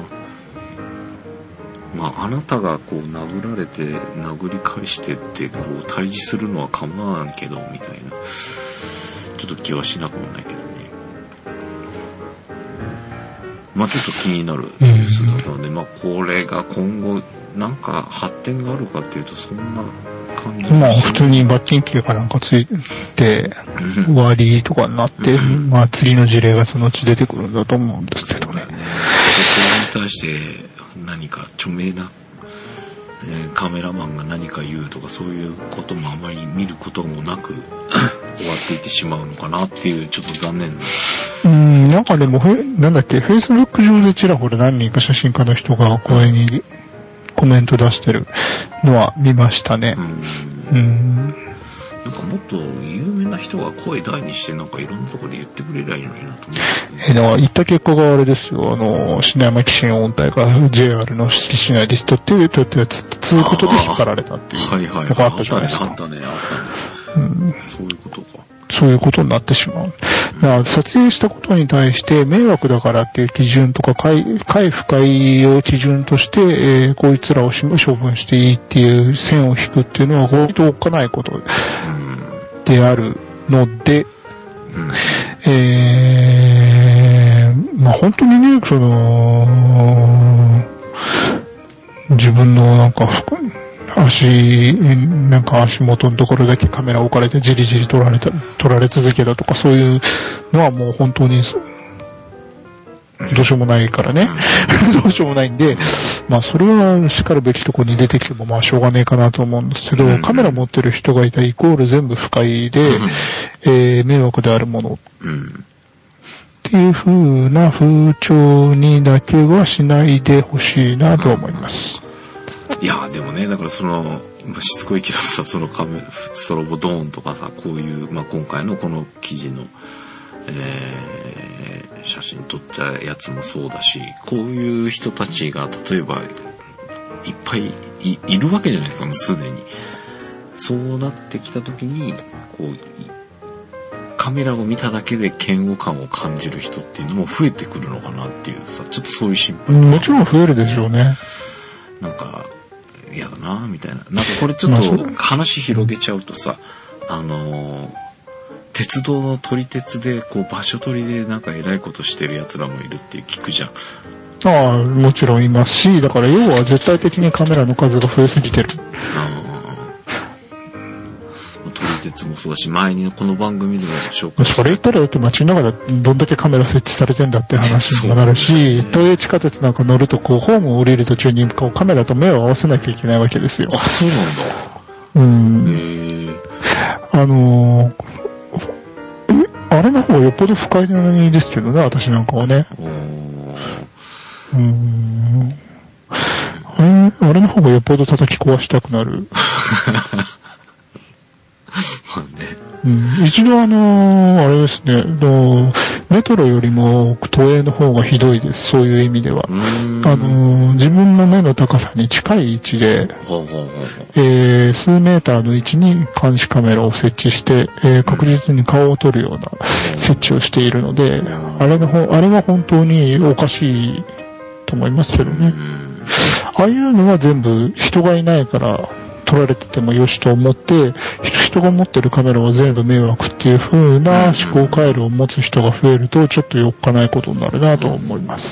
S2: まああなたがこう殴られて殴り返してってこう対峙するのは構わんけどみたいなちょっと気はしなくもないけどね。まあちょっと気になるニュースだったので、まあこれが今後なんか発展があるかっていうとそんな感じ。
S3: まあ普通に罰金刑かなんかついて終わりとかになって、まあ次の事例がそのうち出てくるんだと思うんですけどね。
S2: そこに対して何か著名なえー、カメラマンが何か言うとかそういうこともあまり見ることもなく終わっていってしまうのかなっていうちょっと残念な。
S3: うん、なんかでも、なんだっけ、Facebook 上でちらほら何人か写真家の人がこれにコメント出してるのは見ましたね。うん。うん
S2: なんかもっと有名な人が声大にしてなんかいろんなところで言ってくれりゃいいのになと思う。
S3: え、だから言った結果があれですよ、あの、品山騎士音体が ジェイアール の敷地内で撮って、撮ってやつ、つうことで引っ張られたっていう。
S2: はいはい。
S3: のがあったじゃないですか。
S2: あったね、あったね。
S3: うん、
S2: そういうことか。
S3: そういうことになってしまう。だから撮影したことに対して迷惑だからっていう基準とか、快不快を基準として、えー、こいつらを処分していいっていう線を引くっていうのは割とおっかないことであるので、うん、えー、まあ本当にね、その、自分のなんか、足、なんか足元のところだけカメラ置かれてじりじり撮られた、撮られ続けたとかそういうのはもう本当にどうしようもないからね。どうしようもないんで、まあそれは叱るべきところに出てきてもまあしょうがねえかなと思うんですけど、カメラ持ってる人がいたイコール全部不快で、えー、迷惑であるもの。っていう風な風潮にだけはしないでほしいなと思います。
S2: いやでもね、だからその、しつこいけどさ、そのカメラ、ストロボドーンとかさ、こういう、まあ今回のこの記事の、えー、写真撮ったやつもそうだし、こういう人たちが例えば、いっぱい い, いるわけじゃないですか、もうすでに。そうなってきたときに、こう、カメラを見ただけで嫌悪感を感じる人っていうのも増えてくるのかなっていうさ、ちょっとそういう心配。
S3: もちろん増えるでしょうね。
S2: なんか、嫌だなみたいな。なんかこれちょっと話広げちゃうとさ、あのー、鉄道の撮り鉄でこう場所取りでなんか偉いことしてる奴らもいるって聞くじゃん。
S3: ああ、もちろんいますし、だから要は絶対的にカメラの数が増えすぎてる。
S2: 撮り鉄もそうだし、前にこの番組でも紹介した。
S3: それ言ったらだって街の中でどんだけカメラ設置されてんだって話にもなるし、都営地下鉄なんか乗るとこうホームを降りる途中にこうカメラと目を合わせなきゃいけないわけですよ。
S2: あ、そうなんだ。
S3: うん。へ
S2: ー。
S3: あのー、あれの方がよっぽど不快なのにですけどね、私なんかはね。うーん。あれ、あれの方がよっぽど叩き壊したくなる。
S2: まあね。
S3: うん、一度あのー、あれですね、のメトロよりも都営の方がひどいです、そういう意味では。あのー、自分の目の高さに近い位置で、ほうほうほうえー、数メーターの位置に監視カメラを設置して、えー、確実に顔を撮るような設置をしているので、あれの方、あれは本当におかしいと思いますけどね。ああいうのは全部人がいないから、撮られててもよしと思って、人が持ってるカメラは全部迷惑っていう風な思考回路を持つ人が増えると、ちょっとよっかないことになるなと思います。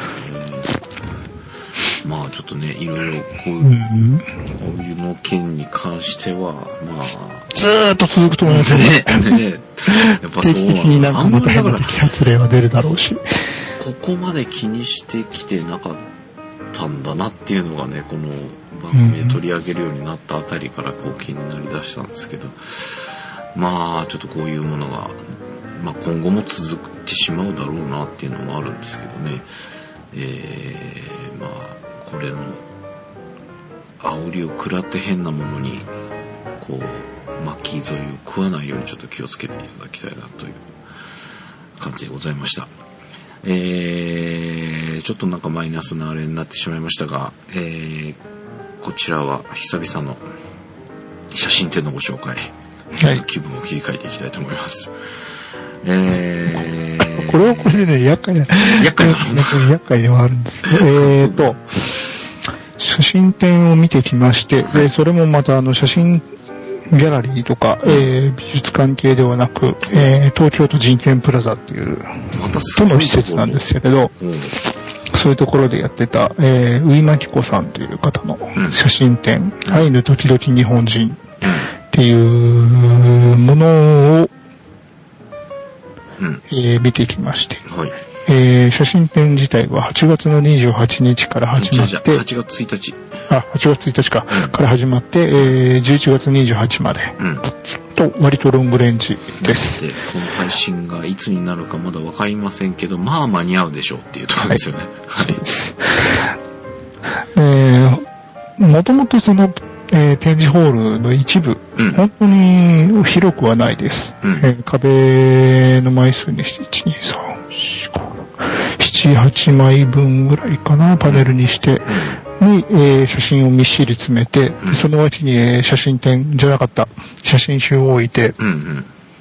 S2: まあちょっとね、いろいろこういう、うん、こういうの件に関しては、まあ。
S3: ずーっと続くと思いますよね。ね、やっぱそうなんだ。定期的になんかまた変な摘発例は出るだろうし。
S2: ここまで気にしてきてなかったんだなっていうのがね、この、番組で取り上げるようになったあたりからこう気になりだしたんですけど、まあちょっとこういうものが、まあ、今後も続いてしまうだろうなっていうのもあるんですけどね、えー、まあこれの煽りを食らって変なものにこう巻き添えを食わないようにちょっと気をつけていただきたいなという感じでございました。えー、ちょっとなんかマイナスなあれになってしまいましたが、えーこちらは久々の写真展のご紹介、はい、気分を切り替えていきたいと思います。えー、
S3: これはこれでね、厄介な、
S2: 厄介な
S3: 厄介ではあるんですけど、えーと、写真展を見てきまして、はい、でそれもまたあの写真ギャラリーとか、うんえー、美術関係ではなく、えー、東京都人権プラザっていう、
S2: また
S3: との施設なんですけれど、うんそういうところでやってた、えー、上間紀子さんという方の写真展、うん、アイヌ時々日本人っていうものを、うんえー、見てきまして、
S2: はい
S3: えー、写真展自体ははちがつのにじゅうはちにちから始まって、
S2: はちがつついたち。
S3: あ、はちがつついたちか、うん、から始まって、えー、じゅういちがつにじゅうはちまで。うん。と、割とロングレンジです。
S2: で、この配信がいつになるかまだわかりませんけど、まあ間に合うでしょうっていうところですよね。はい。はい、
S3: えー、もともとその、えー、展示ホールの一部、うん、本当に広くはないです。うん、えー、壁の枚数にして、いち、に、さん、よん、ご、なな、はちまいぶんぐらいかな、パネルにして、うん、に、えー、写真をみっしり詰めて、うん、その脇に、えー、写真展じゃなかった写真集を置いて、うんうん、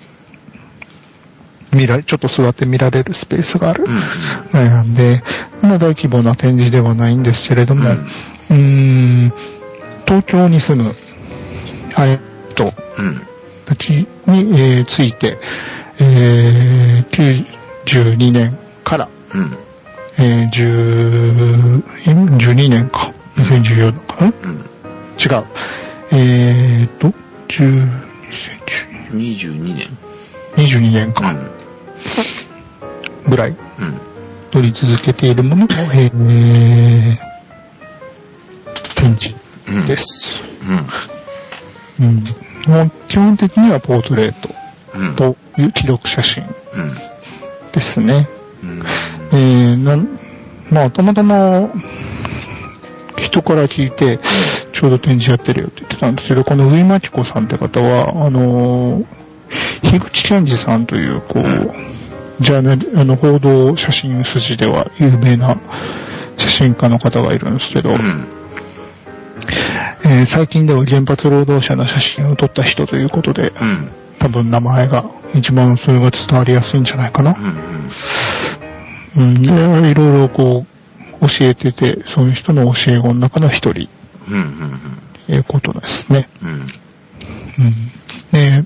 S3: 見られ、ちょっと座って見られるスペースがある。うんうん、なんで、まあ大規模な展示ではないんですけれども、うん、うーん東京に住むあ人たちに、えー、ついて、えー、きゅうじゅうにねんから、うんえー、じゅう、じゅうにねんか、にせんじゅうよねんか、うん、違う。えーと、じゅう、
S2: にじゅうにねん ?
S3: にじゅうにねんか、うん、ぐらい、うん、撮り続けているものの、えー、展示。です、うんうんうん。もう基本的にはポートレートという記録写真ですね。うん、えー、なんまあたまたま人から聞いてちょうど展示やってるよって言ってたんですけど、この上巻子さんって方はあのー、樋口健二さんというこうジャーナルあの報道写真筋では有名な写真家の方がいるんですけど。うんえー、最近では原発労働者の写真を撮った人ということで、うん、多分名前が一番それが伝わりやすいんじゃないかな。うん、うんうん、でいろいろこう教えてて、そういう人の教え子の中の一人、うんうんうん、ということですね。うんうん、で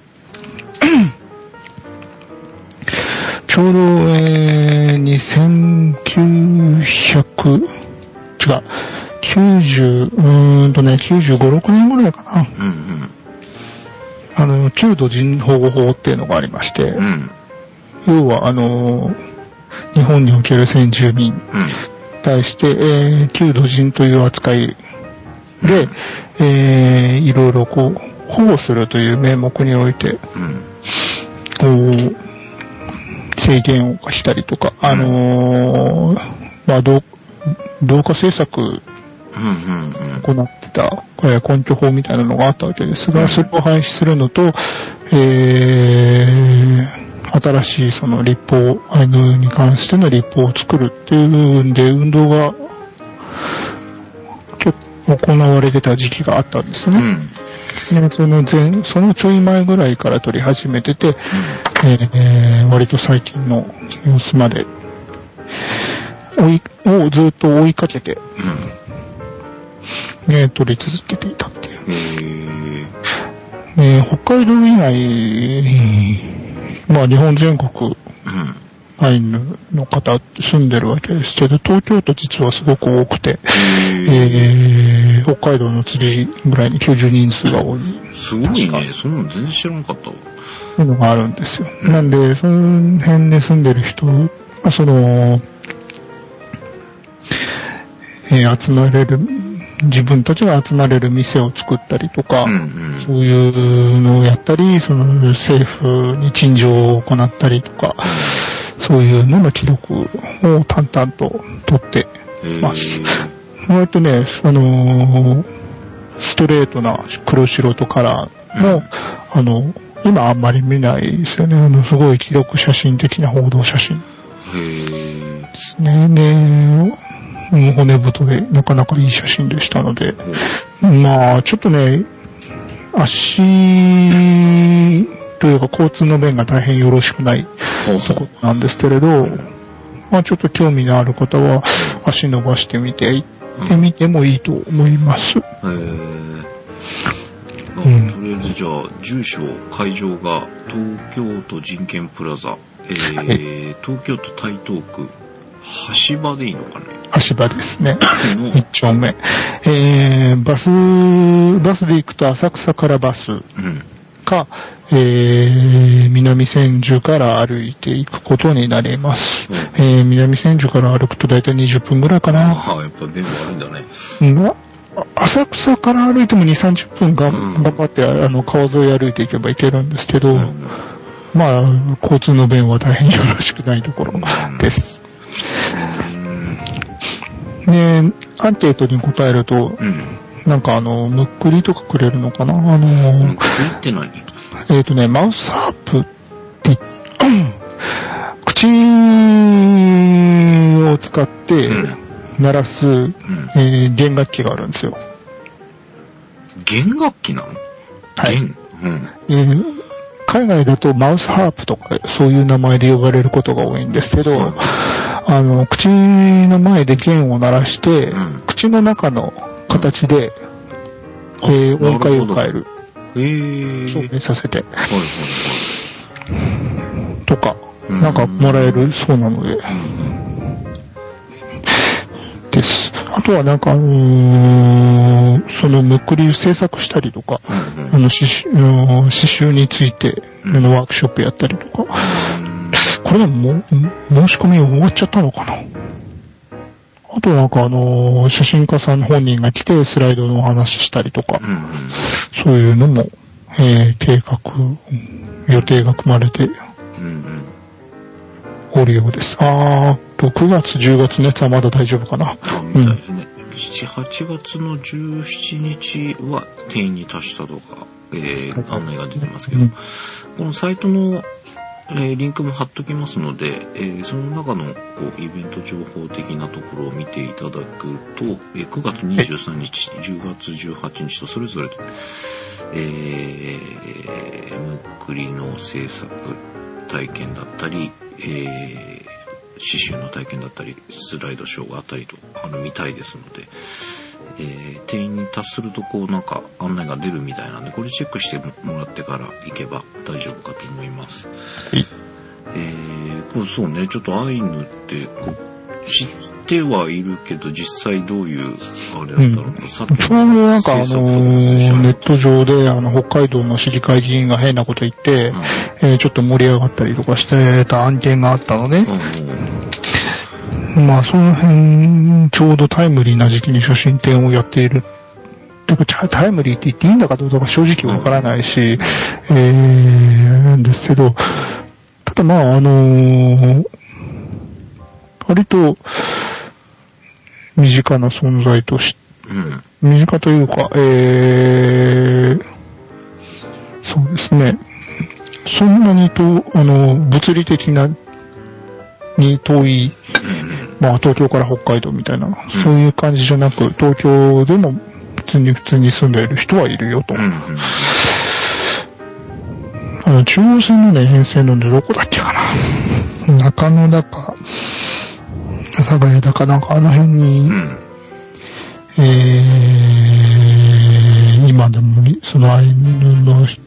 S3: ちょうど、えー、にせんきゅうひゃく違う。きゅうじゅう、うーんとね、きゅうじゅうご、ろくねんぐらいかな。うんうん、あの、旧土人保護法っていうのがありまして、うん、要は、あの、日本における先住民に対して、うん、えー、旧土人という扱いで、うん、えー、いろいろこう、保護するという名目において、うん、こう、制限を課したりとか、あのー、まあ、同化政策、行ってた、これ根拠法みたいなのがあったわけですが、それを廃止するのと、えー、新しいその立法、アイヌに関しての立法を作るっていうんで、運動が行われてた時期があったんですね。うん、でその前、そのちょい前ぐらいから撮り始めてて、うんえー、割と最近の様子まで、追い、をずっと追いかけて、うんね、撮り続けていたっていう。えー、北海道以外、まあ日本全国、アイヌの方住んでるわけですけど、東京都実はすごく多くて、えー、北海道の次ぐらいに居住人数が多い。
S2: すごいね。そんなの全然知らなかったわ。
S3: そういうのがあるんですよ。うん、なんで、その辺で住んでる人が、その、えー、集まれる、自分たちが集まれる店を作ったりとか、うんうん、そういうのをやったり、その政府に陳情を行ったりとか、そういうのの記録を淡々と取ってます。割とね、あのー、ストレートな黒白とカラーの、うん、あの、今あんまり見ないですよね。あの、すごい記録写真的な報道写真ですね。ね骨太でなかなかいい写真でしたので、うん、まあちょっとね足というか交通の便が大変よろしくないところなんですけれど、まあちょっと興味のある方は足伸ばしてみて行ってみてもいいと思います。うん、へ
S2: ー、うん、とりあえずじゃあ住所会場が東京都人権プラザ、えーはい、東京都台東区橋場でいいのかね。
S3: 橋場ですね。一丁目。えー、バス、バスで行くと浅草からバスか、えー、南千住から歩いていくことになります。うん、えー、南千住から歩くとだいたいにじゅっぷんぐらいかな。
S2: ああ、やっぱ便悪いんだね。
S3: うん、浅草から歩いてもにじゅう、さんじゅっぷんが、うん、頑張って、あの、川沿い歩いていけばいけるんですけど、うん、まあ、交通の便は大変よろしくないところです。うん、で、アンケートに答えると、うん、なんかあの、むっくりとかくれるのかな、あの、
S2: むっくりって何？
S3: えっとね、マウスハープって、口を使って鳴らす、うんえー、弦楽器があるんですよ。
S2: 弦楽器なの？
S3: はい。
S2: 弦、うん
S3: えー、海外だとマウスハープとかそういう名前で呼ばれることが多いんですけど、うん、あの、口の前で弦を鳴らして、うん、口の中の形で、うんえー、音階を変える。
S2: えー、
S3: 証明させて。
S2: はいはいはい。
S3: とか、なんかもらえるそうなので。です。あとはなんかあのー、そのむっくり制作したりとか、うんうん、あの刺繍、刺繍についてのワークショップやったりとか。うん、これでも申し込み終わっちゃったのかな。あとなんかあのー、写真家さん本人が来てスライドのお話したりとか、うんうん、そういうのも、えー、計画、予定が組まれておるようです。あーと、くがつ、じゅうがつのやつはまだ大丈夫かな。
S2: あ、みたいですね。うん、しち、はちがつのじゅうしちにちは定員に達したとか、えー、案内が出てますけど、うん、このサイトのえー、リンクも貼っときますので、えー、その中のこうイベント情報的なところを見ていただくと、えー、くがつにじゅうさんにち、じゅうがつじゅうはちにちとそれぞれ、えー、むっくりの制作体験だったり、えー、刺繍の体験だったり、スライドショーがあったりと、あの、見たいですので、えー、定員に達するとこうなんか案内が出るみたいなんで、これチェックしてもらってから行けば大丈夫かと思います。はい。えー、こうそうね、ちょっとアイヌってこう知ってはいるけど、実際どういうあれだったのか、うん、さっきの
S3: ちょうどなんかあのー、ネット上であの北海道の市議会議員が変なこと言って、うんえー、ちょっと盛り上がったりとかしてた案件があったのね。うん、まあその辺ちょうどタイムリーな時期に写真展をやっている。タイムリーって言っていいんだかどうか正直わからないし、うん、えー、なんですけど、ただまああのー、割と身近な存在とし、うん、身近というか、えー、そうですね、そんなにと、あの、物理的な、に遠い、まあ東京から北海道みたいな、うん、そういう感じじゃなく、東京でも普通に普通に住んでいる人はいるよと。うんうん、あの、中央線のね、沿線のどこだっけかな。中野だか、阿佐ヶ谷だかなんかあの辺に、うん、えー、今でもそのアイヌの人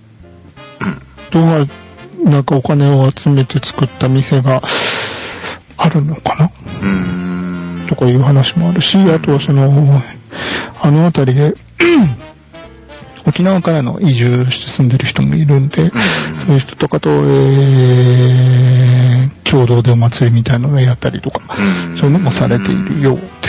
S3: がなんかお金を集めて作った店があるのかな、うーんとかいう話もあるし、あとはそのあの辺りで沖縄からの移住して住んでる人もいるんで、うん、そういう人とかと、えー、共同でお祭りみたいなのをやったりとか、うん、そういうのもされているようです。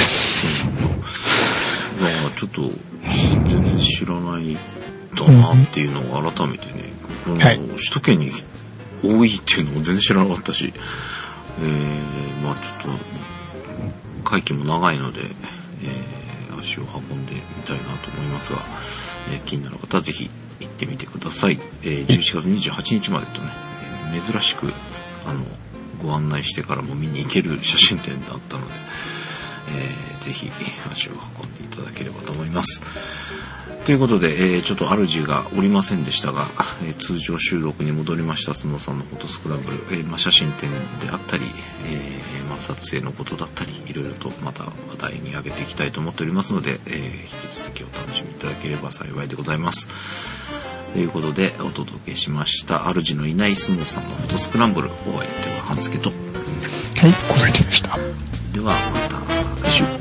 S2: うん、いやちょっと全然知らないだなっていうのを改めてね、この首都圏に多いっていうのも全然知らなかったし、えー、まあちょっと会期も長いので、えー、足を運んでみたいなと思いますが、えー、気になる方はぜひ行ってみてください。えー、じゅういちがつにじゅうはちにちまでとね、えー、珍しくあのご案内してからも見に行ける写真展だったので、えー、ぜひ足を運んでいただければと思います。ということで、えー、ちょっと主がおりませんでしたが、えー、通常収録に戻りましたスノーさんのフォトスクランブル、えーまあ、写真展であったり、えーまあ、撮影のことだったり、いろいろとまた話題に上げていきたいと思っておりますので、えー、引き続きお楽しみいただければ幸いでございます。ということでお届けしました主のいないスノーさんのフォトスクランブル、お相手は半助と、
S3: はい、小崎でした。
S2: ではまた来週。